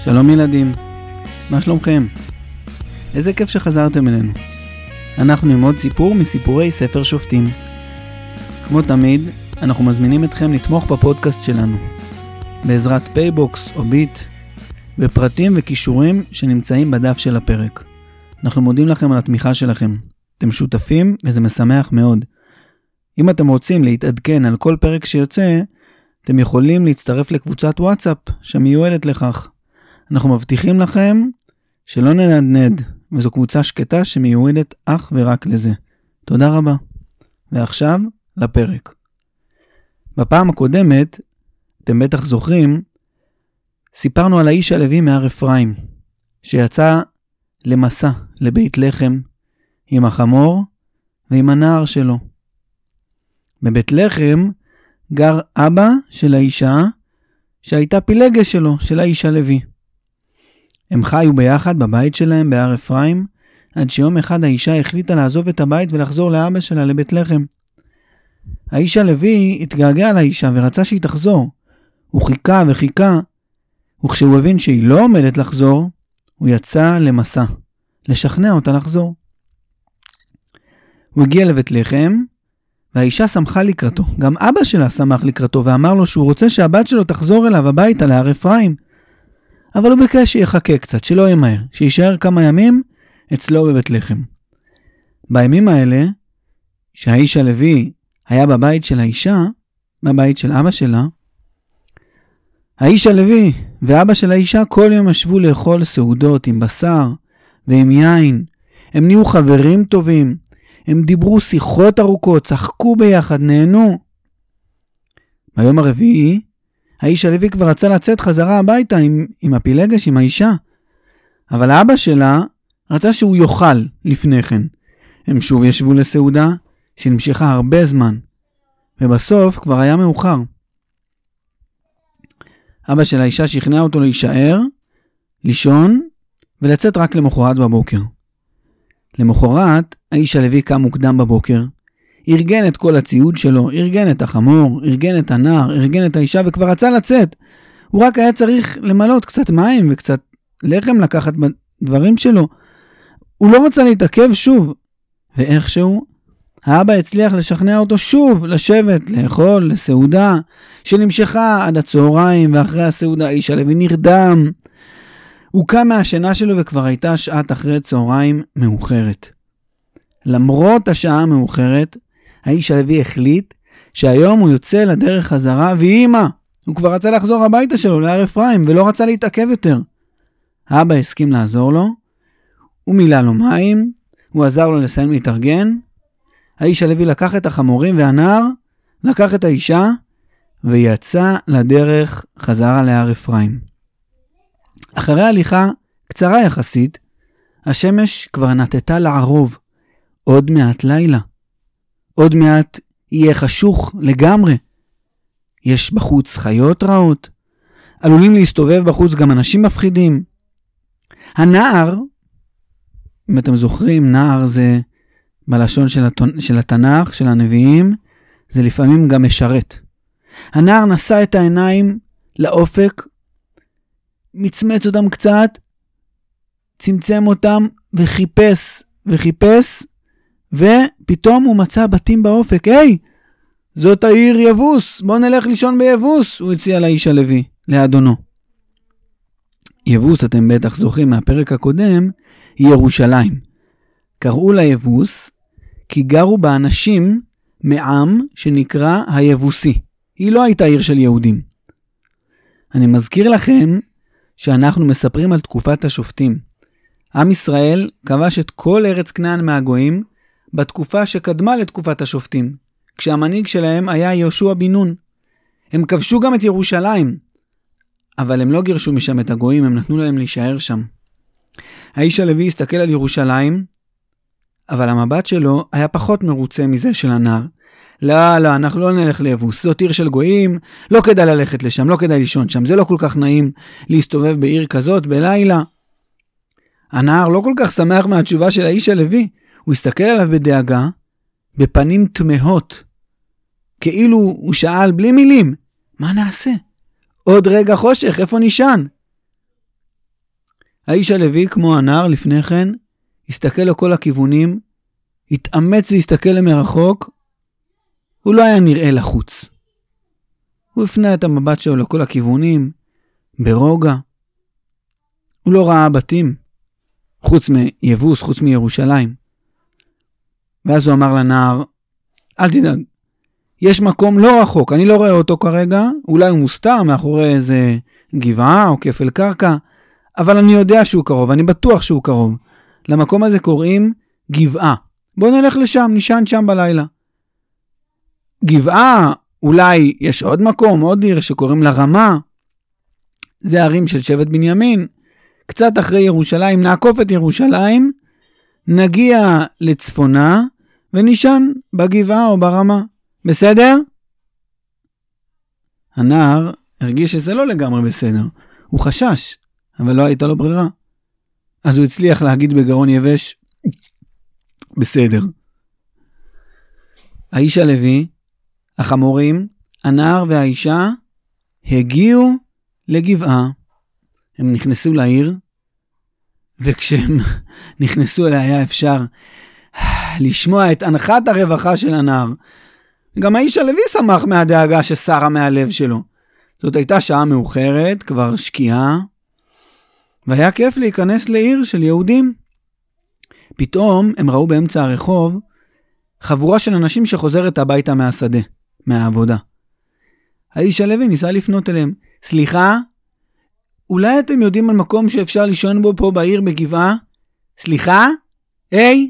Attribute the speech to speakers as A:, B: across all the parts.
A: שלום ילדים, מה שלומכם? איזה כיף שחזרתם אלינו. אנחנו עם עוד סיפור מסיפורי ספר שופטים. כמו תמיד, אנחנו מזמינים אתכם לתמוך בפודקאסט שלנו, בעזרת פייבוקס או ביט, בפרטים וקישורים שנמצאים בדף של הפרק. אנחנו מודים לכם על התמיכה שלכם. אתם שותפים וזה משמח מאוד. אם אתם רוצים להתעדכן על כל פרק שיוצא, אתם יכולים להצטרף לקבוצת וואטסאפ שמיועדת לכך. אנחנו מבטיחים לכם שלא ננדנד, וזו קבוצה שקטה שמיועדת אך ורק לזה. תודה רבה. ועכשיו לפרק. בפעם הקודמת, אתם בטח זוכרים, סיפרנו על האיש הלוי מהר אפרים, שיצא למסע לבית לחם עם החמור ועם הנער שלו. בבית לחם גר אבא של האישה שהייתה פילגש שלו, של האיש הלוי. הם חיו ביחד בבית שלהם בהר אפרים, עד שיום אחד האישה החליטה לעזוב את הבית ולחזור לאבא שלה לבית לחם. האיש הלוי התגעגע לאישה ורצה שהיא תחזור. הוא חיכה וחיכה, וכשהוא הבין שהיא לא עומדת לחזור, הוא יצא למסע, לשכנע אותה לחזור. הוא הגיע לבית לחם, והאישה שמחה לקראתו. גם אבא שלה שמח לקראתו ואמר לו שהוא רוצה שהבת שלו תחזור אליו הביתה להר אפרים. אבל הוא ביקש שיחכה קצת, שלא ימהר, שישאר כמה ימים אצלו בבית לחם. בימים האלה, שהאיש הלוי היה בבית של האישה, בבית של אבא שלה, האיש הלוי ואבא של האישה כל יום ישבו לאכול סעודות עם בשר ועם יין. הם נהיו חברים טובים, הם דיברו שיחות ארוכות, צחקו ביחד, נהנו. ביום הרביעי, האיש הלוי כבר רצה לצאת חזרה הביתה עם הפילגש, עם האישה. אבל האבא שלה רצה שהוא יאכל לפני כן. הם שוב ישבו לסעודה שנמשכה הרבה זמן. ובסוף כבר היה מאוחר. אבא של האישה שכנע אותו להישאר, לישון ולצאת רק למחרת בבוקר. למחרת, האיש הלוי קם מוקדם בבוקר, ארגן את כל הציוד שלו, ארגן את החמור, ארגן את הנער, ארגן את האישה וכבר רצה לצאת. הוא רק היה צריך למלות קצת מים וקצת לחם לקחת בדברים שלו. הוא לא רצה להתעכב שוב. ואיכשהו, האבא הצליח לשכנע אותו שוב לשבת, לאכול, לסעודה, שנמשכה עד הצהריים, ואחרי הסעודה האיש הלוי נרדם. הוא קם מהשינה שלו וכבר הייתה שעת אחרי צהריים מאוחרת. למרות השעה המאוחרת, האיש הלוי החליט שהיום הוא יוצא לדרך חזרה ואימא. הוא כבר רצה לחזור הביתה שלו להר אפרים ולא רצה להתעכב יותר. האבא הסכים לעזור לו, הוא מילא לו מים, הוא עזר לו לסיים להתארגן. האיש הלוי לקח את החמורים והנער, לקח את האישה ויצא לדרך חזרה להר אפרים. אחרי הליכה קצרה יחסית, השמש כבר נטטה לערוב. עוד מעט לילה. עוד מעט יהיה חשוך לגמרי. יש בחוץ חיות רעות. עלולים להסתובב בחוץ גם אנשים מפחידים. הנער, אם אתם זוכרים, נער זה בלשון של התנ"ך, של הנביאים, זה לפעמים גם משרת. הנער נשא את העיניים לאופק, מצמץ אותם קצת, צמצם אותם וחיפש, ופתאום הוא מצא בתים באופק. היי, זאת העיר יבוס, בוא נלך לישון ביבוס, הוא הציע לאיש הלוי, לאדונו. יבוס, אתם בטח זוכרים מהפרק הקודם, היא ירושלים. קראו לה יבוס, כי גרו בה אנשים מעם שנקרא היבוסי. היא לא הייתה עיר של יהודים. אני מזכיר לכם שאנחנו מספרים על תקופת השופטים. עם ישראל כבש את כל ארץ כנען מהגויים בתקופה שקדמה לתקופת השופטים, כשהמנהיג שלהם היה יהושע בן נון. הם כבשו גם את ירושלים, אבל הם לא גירשו משם את הגויים, הם נתנו להם להישאר שם. האיש הלוי הסתכל על ירושלים, אבל המבט שלו היה פחות מרוצה מזה של הנער. לא, אנחנו לא נלך ליבוס, זאת עיר של גויים, לא כדאי ללכת לשם, לא כדאי לישון שם, זה לא כל כך נעים להסתובב בעיר כזאת בלילה. הנער לא כל כך שמח מהתשובה של האיש הלוי, הוא הסתכל עליו בדאגה, בפנים תמהות, כאילו הוא שאל בלי מילים, מה נעשה? עוד רגע חושך, איפה נשען? האיש הלוי, כמו הנער לפני כן, הסתכל לכל הכיוונים, התאמץ להסתכל למרחוק, הוא לא היה נראה לחוץ. הוא הפנה את המבט שלו לכל הכיוונים, ברוגע. הוא לא ראה בתים, חוץ מיבוס, חוץ מירושלים. ואז הוא אמר לנער, אל תדאג, יש מקום לא רחוק, אני לא רואה אותו כרגע, אולי הוא מוסתר מאחורי איזה גבעה או כפל קרקע, אבל אני יודע שהוא קרוב, אני בטוח שהוא קרוב. למקום הזה קוראים גבעה. בואו נלך לשם, נשען שם בלילה. גבעה, אולי יש עוד מקום, עוד עיר שקוראים לה רמה. זה ערים של שבט בנימין. קצת אחרי ירושלים, נעקוף את ירושלים, נגיע לצפונה, ונשען בגבעה או ברמה. בסדר? הנער הרגיש שזה לא לגמרי בסדר. הוא חשש, אבל לא הייתה לו ברירה. אז הוא הצליח להגיד בגרון יבש, בסדר. האיש הלוי, החמורים, הנער והאישה, הגיעו לגבעה. הם נכנסו לעיר, וכשהם נכנסו אליה היה אפשר לשמוע את הנחת הרווחה של הנער. גם האיש הלוי שמח מהדאגה ששרה מהלב שלו. זאת הייתה שעה מאוחרת, כבר שקיעה, והיה כיף להיכנס לעיר של יהודים. פתאום הם ראו באמצע הרחוב חבורה של אנשים שחוזרת הביתה מהשדה, מהעבודה. האיש הלוי ניסה לפנות אליהם, סליחה, אולי אתם יודעים על מקום שאפשר לישון בו פה בעיר בגבעה? סליחה? היי?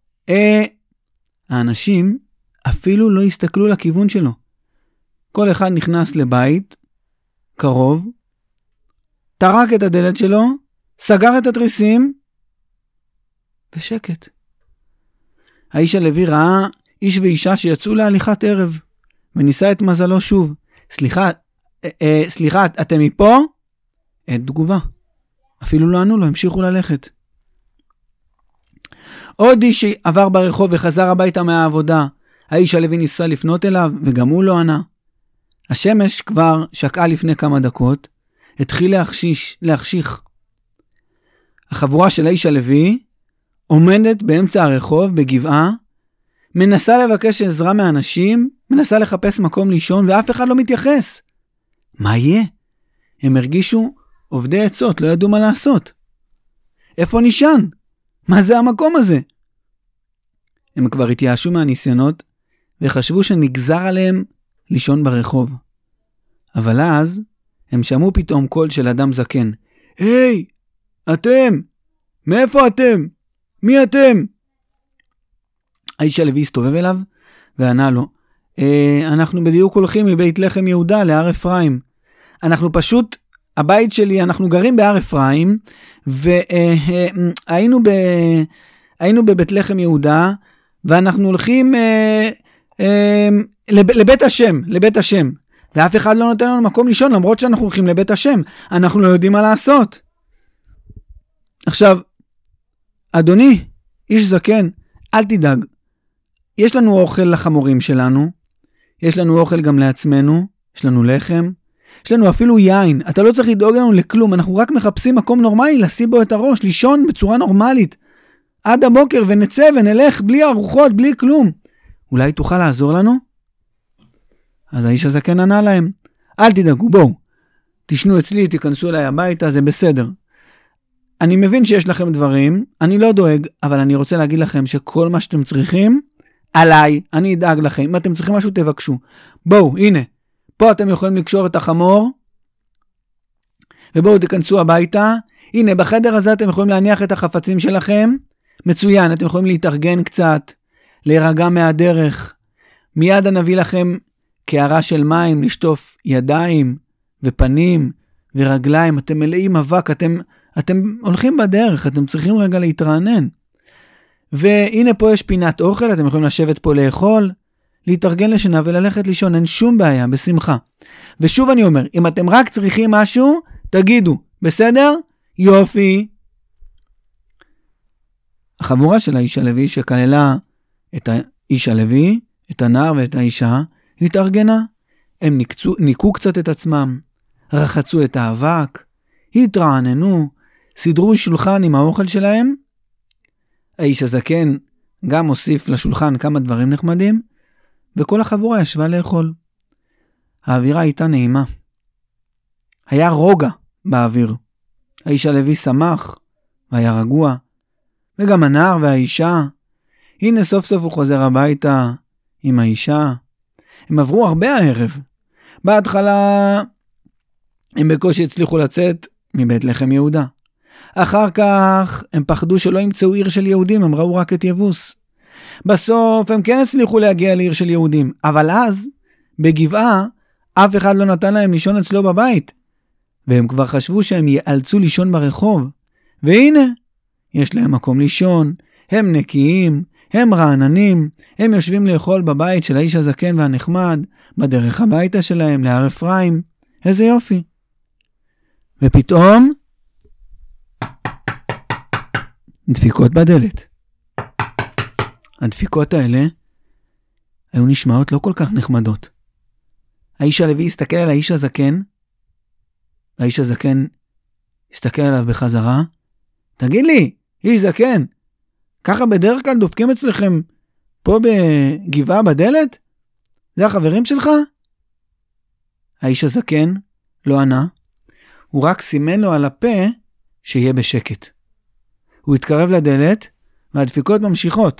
A: האנשים אפילו לא הסתכלו לכיוון שלו. כל אחד נכנס לבית, קרוב, טרק את הדלת שלו, סגר את התריסים, ושקט. האיש הלוי ראה איש ואישה שיצאו להליכת ערב, וניסה את מזלו שוב. סליחה, אתם מפה? אין תגובה. אפילו לא ענו לו, המשיכו ללכת. עוד איש עבר ברחוב וחזר הביתה מהעבודה. האיש הלוי ניסה לפנות אליו, וגם הוא לא ענה. השמש כבר שקעה לפני כמה דקות, התחיל להחשיך. החבורה של האיש הלוי עומדת באמצע הרחוב בגבעה, מנסה לבקש עזרה מאנשים, מנסה לחפש מקום לישון, ואף אחד לא מתייחס. מה יהיה? הם הרגישו עובדי עצות, לא ידעו מה לעשות. איפה נשען? מה זה המקום הזה? הם כבר התייאשו מהניסיונות, וחשבו שנגזר עליהם לישון ברחוב. אבל אז הם שמעו פתאום קול של אדם זקן. היי, אתם! מאיפה אתם? מי אתם? האיש הלוי הסתובב אליו וענה לו, אנחנו בדיוק הולכים מבית לחם יהודה להר אפרים. אנחנו פשוט, הבית שלי, אנחנו גרים בהר אפרים, והיינו בבית לחם יהודה, ואנחנו הולכים לבית השם. ואף אחד לא נותן לנו מקום לישון, למרות שאנחנו הולכים לבית השם. אנחנו לא יודעים מה לעשות. עכשיו, אדוני, איש זקן, אל תדאג. יש לנו אוכל לחמורים שלנו, יש לנו אוכל גם לעצמנו, יש לנו לחם, יש לנו אפילו יין. אתה לא צריך לדאוג לנו לכלום, אנחנו רק מחפשים מקום נורמלי, לשים בו את הראש, לישון בצורה נורמלית. עד הבוקר ונצא ונלך בלי ארוחות, בלי כלום. אולי תוכל לעזור לנו? אז האיש הזקן ענה להם, אל תדאגו, בואו, תשנו אצלי, תיכנסו אליי הביתה, זה בסדר. אני מבין שיש לכם דברים, אני לא דואג, אבל אני רוצה להגיד לכם שכל מה שאתם צריכים, עליי, אני אדאג לכם. אם אתם צריכים משהו, תבקשו. בואו, הנה, פה אתם יכולים לקשור את החמור, ובואו תיכנסו הביתה. הנה, בחדר הזה אתם יכולים להניח את החפצים שלכם. מצוין, אתם יכולים להתארגן קצת, להירגע מהדרך. מיד נביא לכם קערה של מים, לשטוף ידיים ופנים ורגליים. אתם מלאים אבק, אתם הולכים בדרך, אתם צריכים רגע להתרענן. והנה פה יש פינת אוכל, אתם יכולים לשבת פה לאכול, להתארגן לשינה וללכת לישון, אין שום בעיה, בשמחה. ושוב אני אומר, אם אתם רק צריכים משהו, תגידו, בסדר? יופי. החבורה של האיש הלוי שכללה את האיש הלוי, את הנער ואת האישה, התארגנה. הם ניקו קצת את עצמם, רחצו את האבק, התרעננו, סידרו שולחן עם האוכל שלהם, האיש הזקן גם הוסיף לשולחן כמה דברים נחמדים, וכל החבורה ישבה לאכול. האווירה הייתה נעימה. היה רוגע באוויר. האיש הלוי שמח והיה רגוע, וגם הנער והאישה. הנה סוף סוף הוא חוזר הביתה עם האישה. הם עברו הרבה הערב. בהתחלה הם בקושי הצליחו לצאת מבית לחם יהודה. אחר כך הם פחדו שלא ימצאו עיר של יהודים, הם ראו רק את יבוס. בסוף הם כן הצליחו להגיע לעיר של יהודים, אבל אז בגבעה אף אחד לא נתן להם לישון אצלו בבית, והם כבר חשבו שהם ייאלצו לישון ברחוב. והנה, יש להם מקום לישון, הם נקיים, הם רעננים, הם יושבים לאכול בבית של האיש הזקן והנחמד, בדרך הביתה שלהם, להר אפרים. איזה יופי. ופתאום, דפיקות בדלת. הדפיקות האלה היו נשמעות לא כל כך נחמדות. האיש הלוי הסתכל על האיש הזקן, והאיש הזקן הסתכל עליו בחזרה. תגיד לי, איש זקן, ככה בדרך כלל דופקים אצלכם פה בגבעה בדלת? זה החברים שלך? האיש הזקן לא ענה, הוא רק סימן לו על הפה שיהיה בשקט. הוא התקרב לדלת, והדפיקות ממשיכות.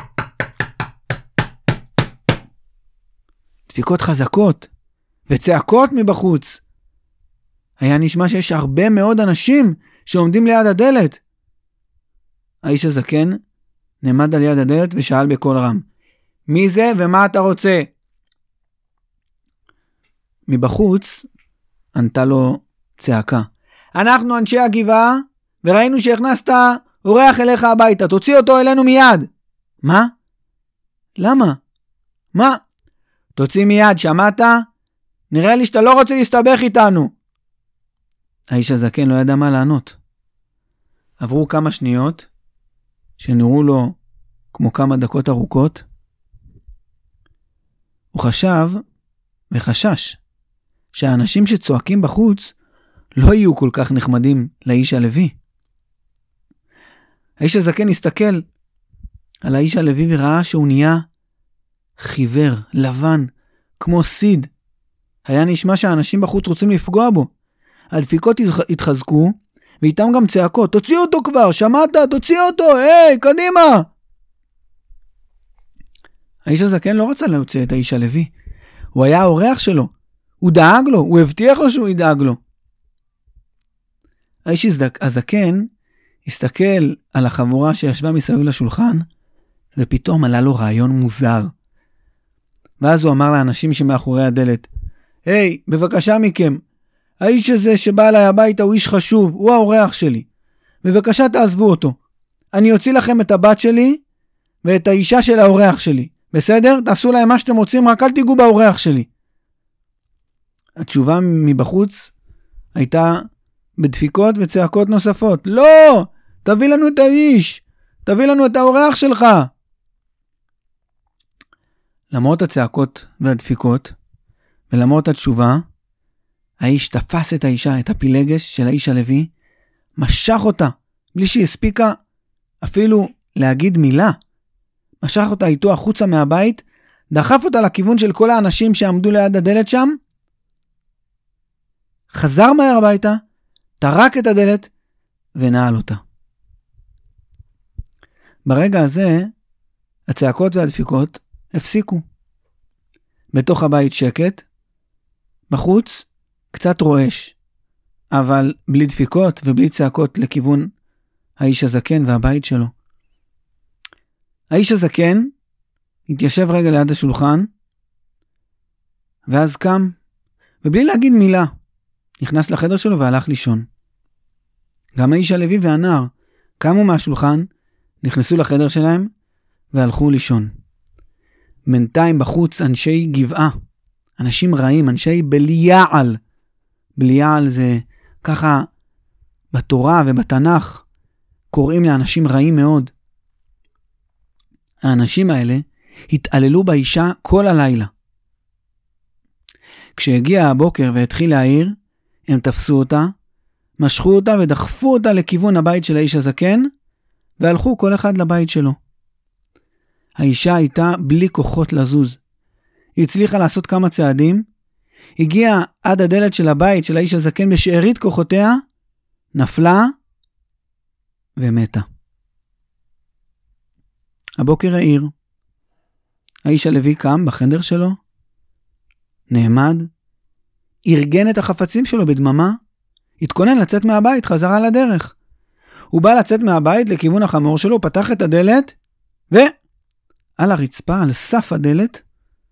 A: דפיקות חזקות, וצעקות מבחוץ. היה נשמע שיש הרבה מאוד אנשים שעומדים ליד הדלת. האיש הזקן נעמד על יד הדלת ושאל בקול רם, מי זה ומה אתה רוצה? מבחוץ ענתה לו צעקה, אנחנו אנשי הגבעה, וראינו שהכנסת אורח אליך הביתה, תוציא אותו אלינו מיד. מה? למה? מה? תוציא מיד, שמעת? נראה לי שאתה לא רוצה להסתבך איתנו. האיש הזקן לא ידע מה לענות. עברו כמה שניות, שנראו לו כמו כמה דקות ארוכות. הוא חשב וחשש שהאנשים שצועקים בחוץ לא יהיו כל כך נחמדים לאיש הלוי. האיש הזקן הסתכל על האיש הלוי וראה שהוא נהיה חיוור, לבן, כמו סיד. היה נשמע שהאנשים בחוץ רוצים לפגוע בו. הדפיקות התחזקו, ואיתם גם צעקות, תוציא אותו כבר, שמעת? תוציא אותו, היי, קדימה! האיש הזקן לא רצה להוציא את האיש הלוי. הוא היה האורח שלו. הוא דאג לו, הוא הבטיח לו שהוא ידאג לו. האיש הזקן הסתכל על החבורה שישבה מסביב לשולחן, ופתאום עלה לו רעיון מוזר. ואז הוא אמר לאנשים שמאחורי הדלת, היי, בבקשה מכם, האיש הזה שבא אליי הביתה הוא איש חשוב, הוא האורח שלי. בבקשה תעזבו אותו. אני אוציא לכם את הבת שלי ואת האישה של האורח שלי. בסדר? תעשו להם מה שאתם רוצים, רק אל תיגעו באורח שלי. התשובה מבחוץ הייתה בדפיקות וצעקות נוספות. לא! תביא לנו את האיש! תביא לנו את האורח שלך! למרות הצעקות והדפיקות, ולמרות התשובה, האיש תפס את האישה, את הפילגש של האיש הלוי, משך אותה, בלי שהיא הספיקה אפילו להגיד מילה. משך אותה איתו החוצה מהבית, דחף אותה לכיוון של כל האנשים שעמדו ליד הדלת שם, חזר מהר הביתה, טרק את הדלת ונעל אותה. ברגע הזה, הצעקות והדפיקות הפסיקו. בתוך הבית שקט, בחוץ קצת רועש, אבל בלי דפיקות ובלי צעקות לכיוון האיש הזקן והבית שלו. האיש הזקן התיישב רגע ליד השולחן, ואז קם, ובלי להגיד מילה, נכנס לחדר שלו והלך לישון. גם האיש הלוי והנער קמו מהשולחן, נכנסו לחדר שלהם והלכו לישון. בינתיים בחוץ אנשי גבעה, אנשים רעים, אנשי בליעל. בליעל זה ככה בתורה ובתנ"ך קוראים לאנשים רעים מאוד. האנשים האלה התעללו באישה כל הלילה. כשהגיע הבוקר והתחיל להעיר, הם תפסו אותה, משכו אותה ודחפו אותה לכיוון הבית של האיש הזקן, והלכו כל אחד לבית שלו. האישה הייתה בלי כוחות לזוז. היא הצליחה לעשות כמה צעדים, הגיעה עד הדלת של הבית של האיש הזקן בשארית כוחותיה, נפלה ומתה. הבוקר העיר. האיש הלוי קם בחדר שלו, נעמד, ארגן את החפצים שלו בדממה, התכונן לצאת מהבית, חזרה לדרך. הוא בא לצאת מהבית לכיוון החמור שלו, פתח את הדלת, ועל הרצפה, על סף הדלת,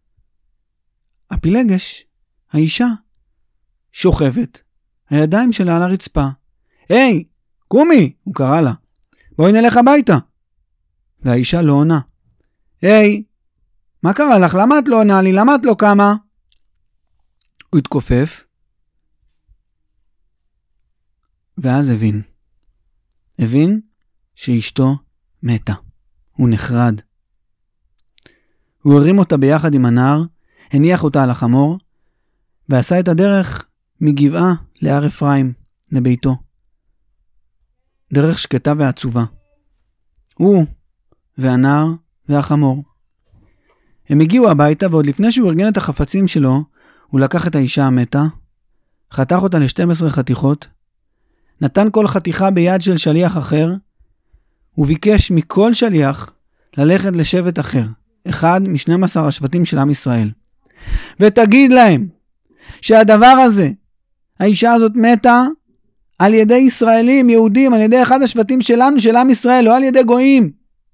A: הפילגש, האישה, שוכבת, הידיים שלה על הרצפה. היי, קומי, הוא קרא לה, בואי נלך הביתה. והאישה לא עונה. היי, מה קרה לך? למה את לא עונה לי? למה את לא קמה? הוא התכופף, ואז הבין שאשתו מתה. הוא נחרד. הוא הרים אותה ביחד עם הנער, הניח אותה על החמור, ועשה את הדרך מגבעה להר אפרים, לביתו. דרך שקטה ועצובה. הוא והנער והחמור. הם הגיעו הביתה, ועוד לפני שהוא ארגן את החפצים שלו, הוא לקח את האישה המתה, חתך אותה ל12 חתיכות, נתן כל חתיכה ביד של שליח אחר, וביקש מכל שליח ללכת לשבט אחר, אחד מ12 השבטים של עם ישראל. ותגיד להם שהדבר הזה, האישה הזאת מתה על ידי ישראלים, יהודים, על ידי אחד השבטים שלנו, של עם ישראל, לא על ידי גויים.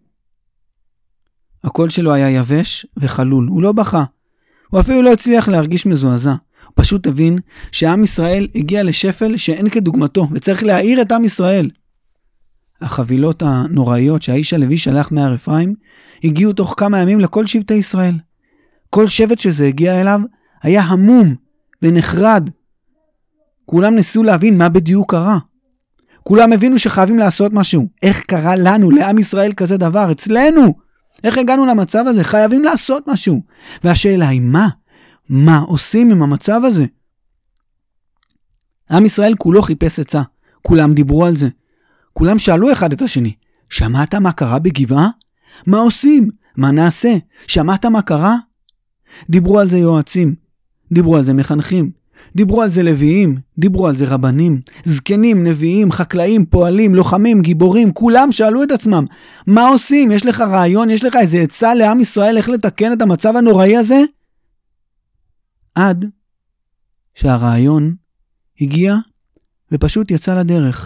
A: הקול שלו היה יבש וחלול, הוא לא בכה. הוא אפילו לא הצליח להרגיש מזועזע. הוא פשוט הבין שעם ישראל הגיע לשפל שאין כדוגמתו, וצריך להעיר את עם ישראל. החבילות הנוראיות שהאיש הלוי שלח מהר אפרים, הגיעו תוך כמה ימים לכל שבטי ישראל. כל שבט שזה הגיע אליו היה המום ונחרד. כולם ניסו להבין מה בדיוק קרה. כולם הבינו שחייבים לעשות משהו. איך קרה לנו, לעם ישראל כזה דבר, אצלנו? איך הגענו למצב הזה? חייבים לעשות משהו. והשאלה היא מה עושים עם המצב הזה? עם ישראל כולו חיפש עצה. כולם דיברו על זה. כולם שאלו אחד את השני, שמעת מה קרה בגבעה? מה עושים? מה נעשה? שמעת מה קרה? דיברו על זה יועצים, דיברו על זה מחנכים, דיברו על זה לוויים, דיברו על זה רבנים, זקנים, נביאים, חקלאים, פועלים, לוחמים, גיבורים, כולם שאלו את עצמם, מה עושים? יש לך רעיון? יש לך איזה עצה לעם ישראל איך לתקן את המצב הנוראי הזה? עד שהרעיון הגיע ופשוט יצא לדרך.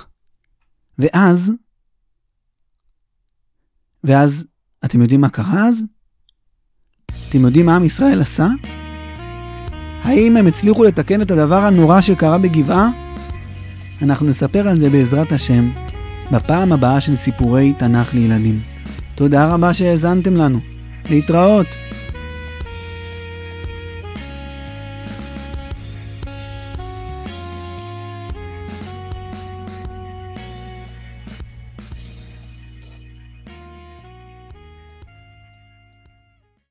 A: ואז אתם יודעים מה קרה אז? אתם יודעים מה עם ישראל עשה? האם הם הצליחו לתקן את הדבר הנורא שקרה בגבעה? אנחנו נספר על זה בעזרת השם בפעם הבאה של סיפורי תנ"ך לילדים. תודה רבה שהאזנתם לנו. להתראות.